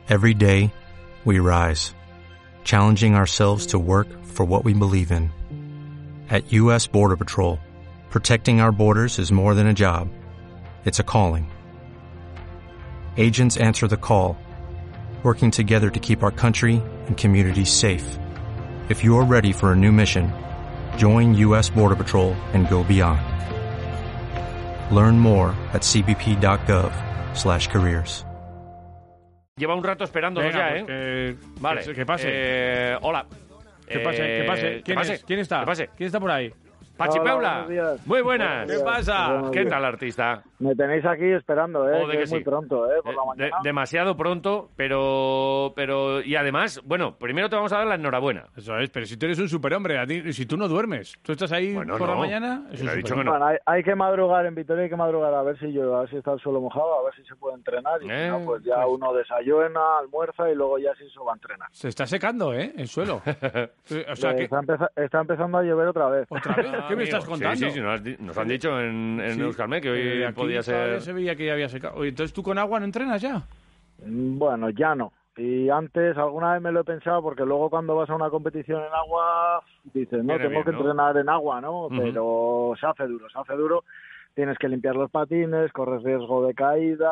Every day, we rise, challenging ourselves to work for what we believe in. At U.S. Border Patrol, protecting our borders is more than a job. It's a calling. Agents answer the call, working together to keep our country and communities safe. If you're ready for a new mission, join U.S. Border Patrol and go beyond. Learn more at cbp.gov/careers. Lleva un rato esperándonos. Venga, ya, pues Vale. que pase. Hola. Que pase. ¿Quién está? ¿Qué pase? ¿Quién está por ahí? Pachi Hola, Paula. buenos días. Muy buenas. ¿Qué pasa? Buenos ¿Qué días. tal, artista? Me tenéis aquí esperando, Joder, que que es muy sí. pronto, por la mañana. Demasiado pronto, pero y además, bueno, primero te vamos a dar la enhorabuena. Eso es, pero si tú eres un superhombre, a ti, si tú no duermes, tú estás ahí Bueno, por la no. mañana, es un Le he dicho superhombre. que no. Bueno, hay que madrugar en Vitoria, hay que madrugar a ver si está el suelo mojado, a ver si se puede entrenar y si no, pues ya pues. uno desayuna, almuerza y luego ya sí se va a entrenar. Se está secando, el suelo. O sea, que... Está empezando a llover otra vez. ¿Otra vez? ¿Qué me Amigo, estás contando? Sí, nos han dicho en Sí. Euskalmet que hoy Aquí podía todavía ser... se veía que ya había secado. Oye, entonces tú con agua no entrenas ya. Bueno, ya no. Y antes alguna vez me lo he pensado porque luego cuando vas a una competición en agua dices, no, Viene tengo bien, que ¿no? entrenar en agua, ¿no? Pero se hace duro. Tienes que limpiar los patines, corres riesgo de caída,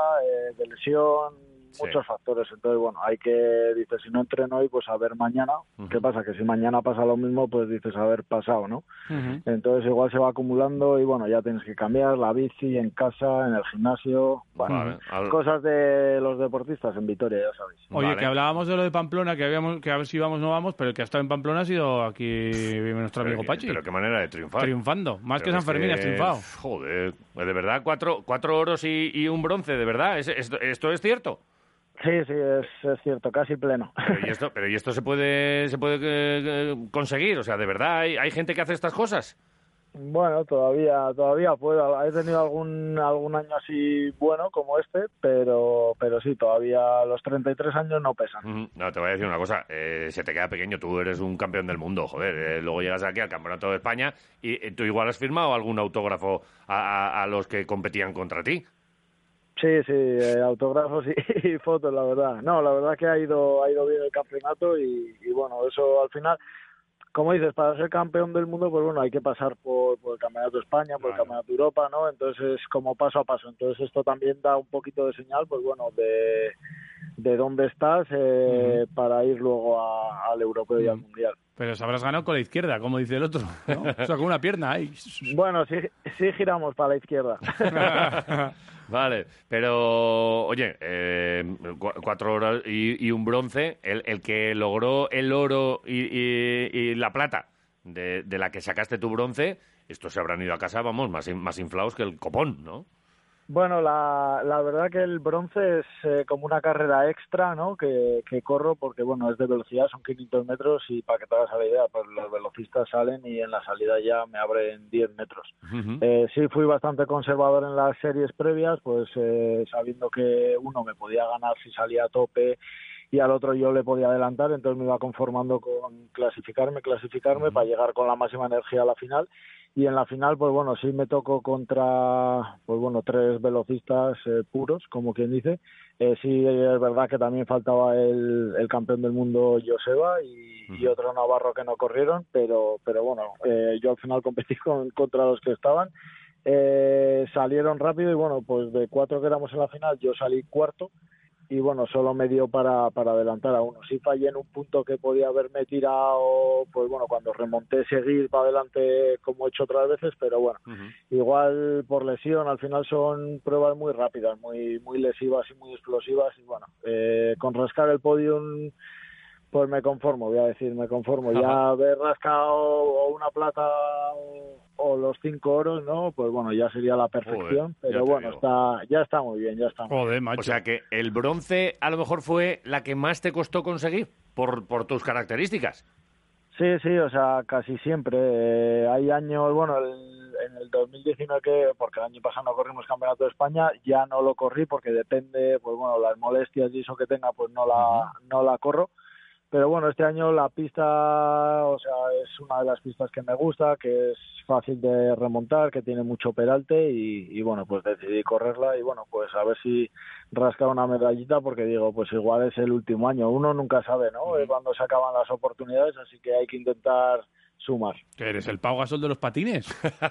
de lesión, Sí. muchos factores. Entonces, bueno, dices, si no entreno hoy, pues a ver mañana. ¿Qué pasa? Que si mañana pasa lo mismo, pues dices, a ver pasado, ¿no? Entonces igual se va acumulando y bueno, ya tienes que cambiar la bici en casa, en el gimnasio, bueno, Vale, cosas de los deportistas en Vitoria, ya sabéis. Oye, Vale. que hablábamos de lo de Pamplona, que a ver si vamos o no vamos, pero el que ha estado en Pamplona ha sido aquí nuestro amigo Pachi. Pero qué manera de triunfar. Triunfando. Más que Pero San Fermín es has triunfado. Joder, de verdad, cuatro oros y un bronce, de verdad. ¿Esto es cierto? Sí, es cierto, casi pleno. Pero ¿y esto se puede conseguir? O sea, ¿de verdad hay gente que hace estas cosas? Bueno, todavía puedo. He tenido algún año así bueno como este, pero sí, todavía los 33 años no pesan. No, te voy a decir una cosa. Se te queda pequeño. Tú eres un campeón del mundo, joder. Luego llegas aquí al Campeonato de España y tú igual has firmado algún autógrafo a los que competían contra ti. Sí, autógrafos y fotos, la verdad. No, la verdad que ha ido bien el campeonato y bueno, eso al final, como dices, para ser campeón del mundo, pues bueno, hay que pasar por el Campeonato de España, por el Campeonato de Europa, ¿no? Entonces es como paso a paso. Entonces esto también da un poquito de señal, pues bueno, de dónde estás para ir luego al europeo y al mundial. Pero se habrás ganado con la izquierda, como dice el otro, ¿no? O sea, con una pierna ahí. Bueno, sí giramos para la izquierda. Vale, pero oye, 4 horas y un bronce, el que logró el oro y la plata de la que sacaste tu bronce, estos se habrán ido a casa, vamos, más inflados que el copón, ¿no? Bueno, la verdad que el bronce es como una carrera extra, ¿no? Que corro porque, bueno, es de velocidad, son 500 metros y para que te hagas la idea, pues los velocistas salen y en la salida ya me abren 10 metros. Sí fui bastante conservador en las series previas, pues sabiendo que uno me podía ganar si salía a tope y al otro yo le podía adelantar, entonces me iba conformando con clasificarme para llegar con la máxima energía a la final. Y en la final, pues bueno, sí me tocó contra, pues bueno, 3 velocistas puros, como quien dice. Sí es verdad que también faltaba el campeón del mundo Joseba y otro navarro que no corrieron, pero bueno, yo al final competí contra los que estaban. Salieron rápido y bueno, pues de 4 que éramos en la final, yo salí cuarto. Y bueno, solo me dio para adelantar a uno. Sí fallé en un punto que podía haberme tirado, pues bueno, cuando remonté seguir para adelante como he hecho otras veces, pero bueno, igual por lesión, al final son pruebas muy rápidas, muy lesivas y muy explosivas y bueno, con rascar el podium pues me conformo, ya haber rascado una plata o los 5 oros, ¿no? Pues bueno, ya sería la perfección, Joder, pero bueno, ya está muy bien, ya está. Joder, macho. O sea que el bronce a lo mejor fue la que más te costó conseguir por tus características. Sí, o sea, casi siempre. Hay años, bueno, en el 2019, porque el año pasado no corrimos Campeonato de España, ya no lo corrí porque depende, pues bueno, las molestias y eso que tenga, pues no la corro. Pero bueno, este año la pista, o sea, es una de las pistas que me gusta, que es fácil de remontar, que tiene mucho peralte y bueno, pues decidí correrla y bueno, pues a ver si rasca una medallita porque digo, pues igual es el último año. Uno nunca sabe, ¿no? Cuando se acaban las oportunidades, así que hay que intentar sumar. ¿Que eres el Pau Gasol de los patines?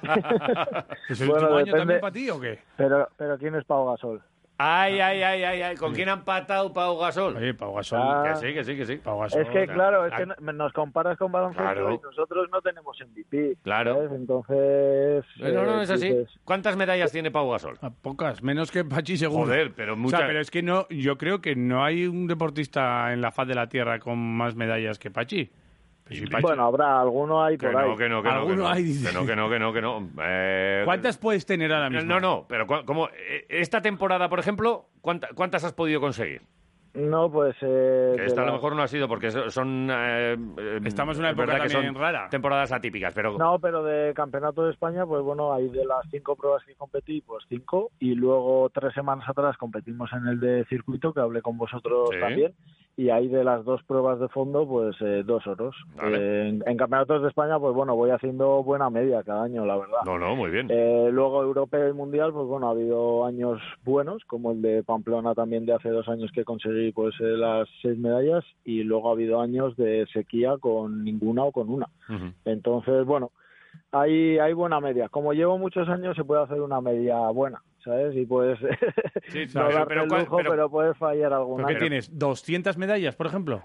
¿Es el Bueno, último año depende. también para ti o qué? Pero ¿quién es Pau Gasol? Ay. ¿Con quién ha empatado Pau Gasol? Oye, Pau Gasol. Ah. Que sí. Pau Gasol, Es que, claro, es Ah, que nos comparas con baloncesto Claro. y nosotros no tenemos MVP. Claro. ¿sabes? Entonces... No, es así. dices, ¿Cuántas medallas tiene Pau Gasol? a pocas, menos que Pachi seguro. Joder, pero O muchas. sea, pero es que no, yo creo que no hay un deportista en la faz de la Tierra con más medallas que Pachi. Pues si Pachi- Bueno, habrá alguno ahí Que por ahí. no. Alguno hay, dice. Que no. ¿Cuántas puedes tener ahora mismo? No, pero ¿cómo? Esta temporada, por ejemplo, ¿cuántas has podido conseguir? No, pues... Que esta a lo mejor no ha sido porque son... Estamos en una es verdad época que también son rara. temporadas atípicas, pero... No, pero de Campeonato de España, pues bueno, hay de las 5 pruebas que competí, pues 5. Y luego 3 semanas atrás competimos en el de circuito, que hablé con vosotros Sí. también. Y ahí de las 2 pruebas de fondo, pues 2 oros. Vale. En Campeonatos de España, pues bueno, voy haciendo buena media cada año, la verdad. No, muy bien. Luego europeo y mundial, pues bueno, ha habido años buenos, como el de Pamplona también de hace 2 años que conseguí pues las 6 medallas y luego ha habido años de sequía con ninguna o con una. Ujú. Entonces, bueno, hay buena media. Como llevo muchos años se puede hacer una media buena, ¿sabes? Y puedes Sí, no darte el lujo, pero puedes fallar ¿Pero alguna. qué tienes? ¿200 medallas, por ejemplo?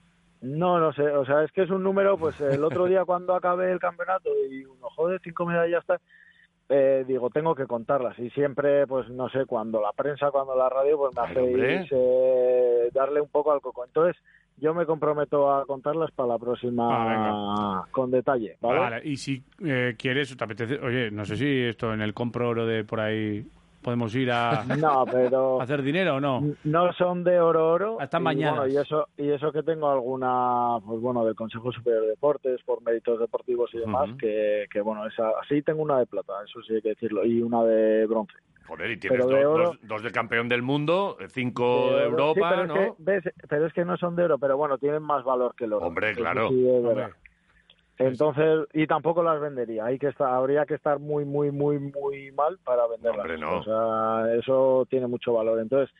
No sé, o sea, es que es un número, pues el otro día cuando acabé el campeonato y uno, joder, 5 medallas tal, digo, tengo que contarlas y siempre, pues no sé, cuando la prensa, cuando la radio, pues me Ay, hombre. hacéis darle un poco al coco. Entonces, yo me comprometo a contarlas para la próxima con detalle, ¿vale? Vale, y si quieres, te apetece... Oye, no sé si esto en el compro oro de por ahí podemos ir a No, pero hacer dinero o no. no son de oro. Están y, bañadas. bueno, y eso que tengo alguna, pues bueno, del Consejo Superior de Deportes, por méritos deportivos y demás, Ujú. que bueno, sí tengo una de plata, eso sí hay que decirlo, y una de bronce. Joder, y tienes Pero de oro- dos de campeón del mundo, 5 de Sí, Europa, pero ¿no? es que, pero es que no son de oro, pero bueno, tienen más valor que el oro. Hombre, Eso claro. sí es Hombre. verdad. Entonces, y tampoco las vendería. Habría que estar muy mal para venderlas. Hombre, no. O sea, eso tiene mucho valor. Entonces,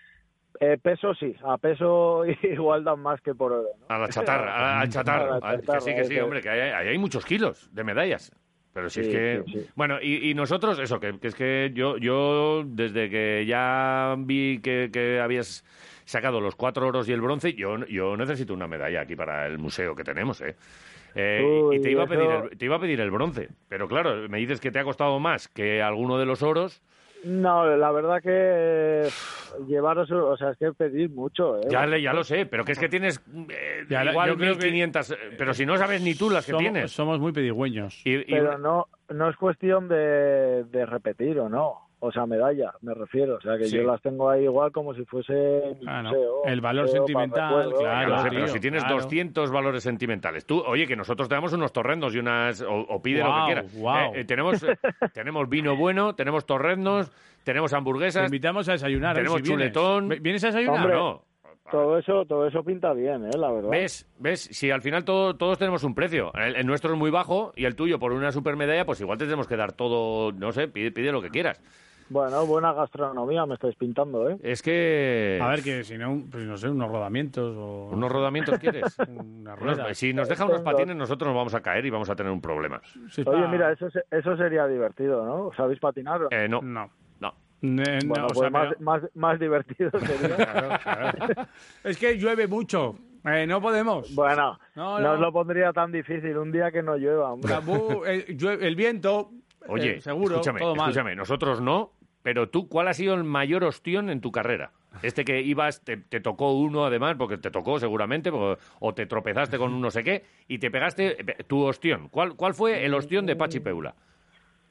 peso sí, a peso igual dan más que por oro, ¿no? A la chatarra, al chatarro. A la chatarra, Que sí, eso hombre, que ahí hay muchos kilos de medallas. Pero si Sí, es que... sí. Bueno, y nosotros, eso, que es que yo desde que ya vi que habías sacado los 4 oros y el bronce, yo necesito una medalla aquí para el museo que tenemos, ¿eh? Uy, Y te iba eso- te iba a pedir el bronce. Pero claro, me dices que te ha costado más que alguno de los oros. No, la verdad que llevaros, o sea, es que pedir mucho, ¿eh? Ya lo sé, pero que es que tienes Ya, igual yo creo que- 1.500... pero si no sabes ni tú las que tienes. Somos muy pedigüeños. Y Pero no es cuestión de repetir o no. O sea, medalla, me refiero. O sea, que Sí. yo las tengo ahí igual como si fuese mi Ah, no. museo. El valor museo para sentimental, recuerdo. claro. Ya lo sé, tío, pero si tienes claro. 200 valores sentimentales, tú, oye, que nosotros te damos unos torrendos y unas... O pide lo que Guau, quieras. guau. Tenemos vino bueno, tenemos torrendos, tenemos Te hamburguesas, invitamos a desayunar. tenemos si vienes. chuletón. ¿Vienes a desayunar? Hombre, no. Todo eso pinta bien, la verdad. ¿Ves? Si al final todos tenemos un precio. El nuestro es muy bajo y el tuyo por una super medalla, pues igual te tenemos que dar todo, no sé, pide lo que quieras. Bueno, buena gastronomía me estáis pintando, ¿eh? Es que... A ver, que si no, pues no sé, unos rodamientos o... ¿Unos rodamientos quieres? Unas ruedas. Si nos deja unos patines, nosotros nos vamos a caer y vamos a tener un problema. Sí, está- Oye, mira, eso sería divertido, ¿no? ¿Sabéis patinar? No. No. No. Bueno, o sea, pues pero- más divertido sería. Claro. Es que llueve mucho. No podemos. Bueno, No, no os lo pondría tan difícil un día que no llueva, hombre. Tabú, el viento. Oye, seguro, todo mal. escúchame, nosotros no, pero tú, ¿cuál ha sido el mayor ostión en tu carrera? Este que ibas, te tocó uno además, porque te tocó seguramente, o te tropezaste con un no sé qué, y te pegaste tu ostión. ¿Cuál fue el ostión de Pachi Peula?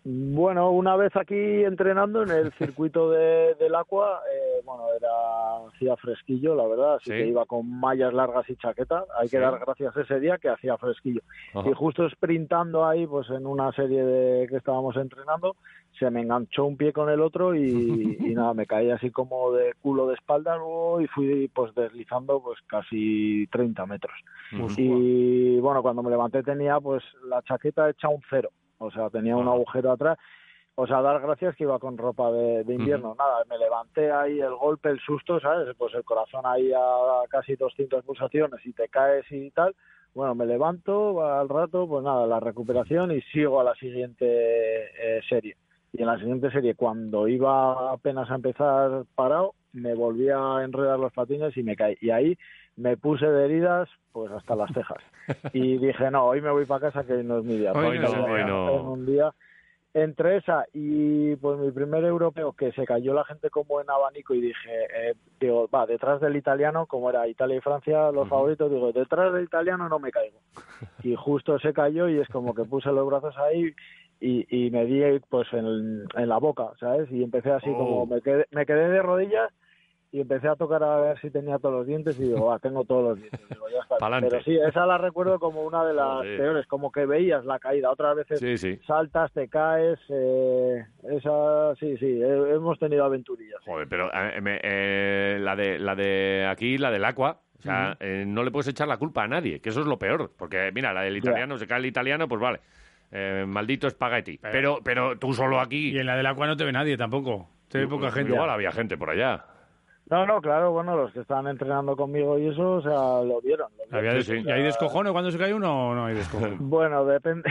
Bueno, una vez aquí entrenando en el circuito del Aqua, hacía fresquillo, la verdad, así que iba con mallas largas y chaqueta. Hay que dar gracias ese día que hacía fresquillo. Ajá. Y justo sprintando ahí, pues en una serie que estábamos entrenando, se me enganchó un pie con el otro y nada, me caí así como de culo de espalda luego y fui pues deslizando pues casi 30 metros. Y bueno, cuando me levanté tenía pues la chaqueta hecha un 0. O sea, tenía un agujero atrás. O sea, dar gracias que iba con ropa de invierno. Nada, me levanté ahí, el golpe, el susto, ¿sabes? Pues el corazón ahí a casi 200 pulsaciones y te caes y tal. Bueno, me levanto, al rato, pues nada, la recuperación y sigo a la siguiente serie. Y en la siguiente serie, cuando iba apenas a empezar parado, me volví a enredar los patines y me caí. Y ahí me puse de heridas pues hasta las cejas. Y dije, no, hoy me voy para casa que no es mi día. Hoy no. En un día, entre esa y pues mi primer europeo, que se cayó la gente como en abanico, y dije, detrás del italiano, como era Italia y Francia los favoritos, digo, detrás del italiano no me caigo. Y justo se cayó y es como que puse los brazos ahí y me di pues en la boca, ¿sabes? Y empecé así como, me quedé de rodillas y empecé a tocar a ver si tenía todos los dientes y digo, tengo todos los dientes. Digo, ya está. Pa'lante. Pero sí, esa la recuerdo como una de las peores, como que veías la caída. Otras veces saltas, te caes, esa sí, hemos tenido aventurillas. Joder, pero la de aquí, la del Aqua, o sea, no le puedes echar la culpa a nadie, que eso es lo peor, porque mira, la del italiano, se cae el italiano, pues vale, maldito espagueti, pero tú solo aquí... Y en la del Aqua no te ve nadie tampoco, te ve poca gente. Igual había gente por allá. No, claro, bueno, los que estaban entrenando conmigo y eso, o sea, lo vieron. ¿Y hay descojones cuando se cae uno o no hay descojones? Bueno, depende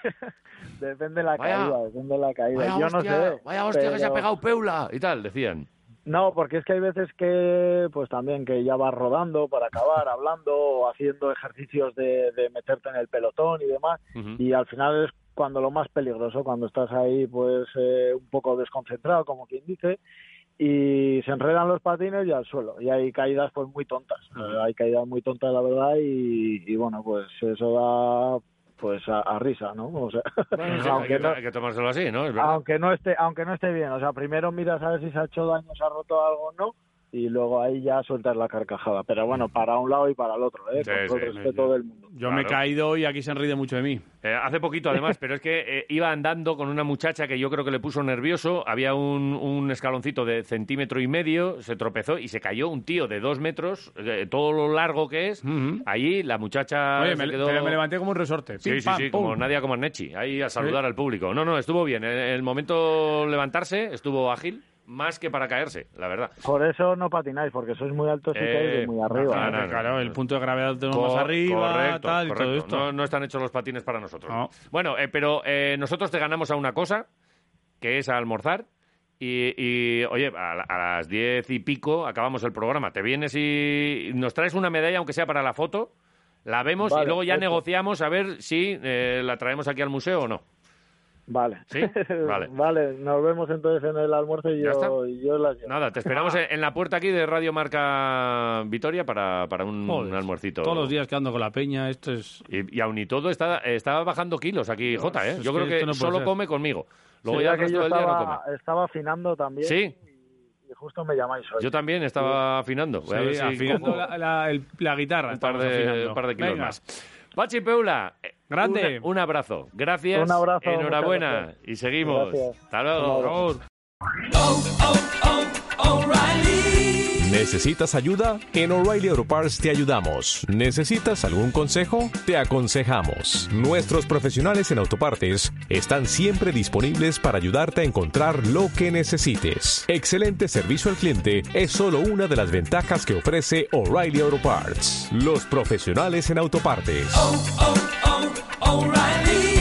de la caída, depende de la caída. Vaya yo hostia, no sé. Vaya hostia que se ha pegado Peula y tal, decían. No, porque es que hay veces que, pues también que ya vas rodando para acabar, hablando o haciendo ejercicios de meterte en el pelotón y demás, y al final es cuando lo más peligroso, cuando estás ahí pues un poco desconcentrado, como quien dice, y se enredan los patines y al suelo, y hay caídas pues muy tontas, hay caídas muy tontas la verdad, y bueno, pues eso da pues a risa, ¿no? O sea, bueno, hay que tomárselo así, ¿no? Es verdad. aunque no esté bien, o sea, primero miras a ver si se ha hecho daño, se ha roto algo o no, y luego ahí ya sueltas la carcajada, pero bueno, para un lado y para el otro, con todo el respeto del mundo. Yo me he caído y aquí se han reído mucho de mí. Hace poquito, además, pero es que iba andando con una muchacha que yo creo que le puso nervioso, había un escaloncito de 1,5 centímetros, se tropezó y se cayó un tío de 2 metros, todo lo largo que es, allí la muchacha quedó... Pero me levanté como un resorte. Sí, como Nadia Comaneci, ahí a saludar al público. No, estuvo bien, el momento levantarse estuvo ágil, más que para caerse, la verdad. Por eso no patináis, porque sois muy altos y caéis de muy arriba. Claro, el punto de gravedad lo tenemos más arriba, correcto. Y todo esto. No están hechos los patines para nosotros. No. Bueno, pero nosotros te ganamos a una cosa, que es a almorzar, y oye, a las 10 y pico acabamos el programa. Te vienes y nos traes una medalla, aunque sea para la foto, la vemos y luego ya negociamos a ver si la traemos aquí al museo o no. Vale. ¿Sí? Vale. Vale, nos vemos entonces en el almuerzo y yo las llevo. Nada, te esperamos en la puerta aquí de Radio Marca Vitoria para un almuercito. Todos los días que ando con la peña, esto es... Y aun y todo está bajando kilos aquí, Jota, ¿eh? Yo creo que no solo come conmigo. Luego ya el que resto del día no come. Estaba afinando también. Sí. Y justo me llamáis hoy. Yo también estaba afinando. Voy a ver si afinando la guitarra. Un par de kilos más. Pachi Peula, grande. Un abrazo. Gracias. Un abrazo. Enhorabuena. Y seguimos. Gracias. Hasta luego. ¿Necesitas ayuda? En O'Reilly Auto Parts te ayudamos. ¿Necesitas algún consejo? Te aconsejamos. Nuestros profesionales en autopartes están siempre disponibles para ayudarte a encontrar lo que necesites. Excelente servicio al cliente es solo una de las ventajas que ofrece O'Reilly Auto Parts. Los profesionales en autopartes. O'Reilly.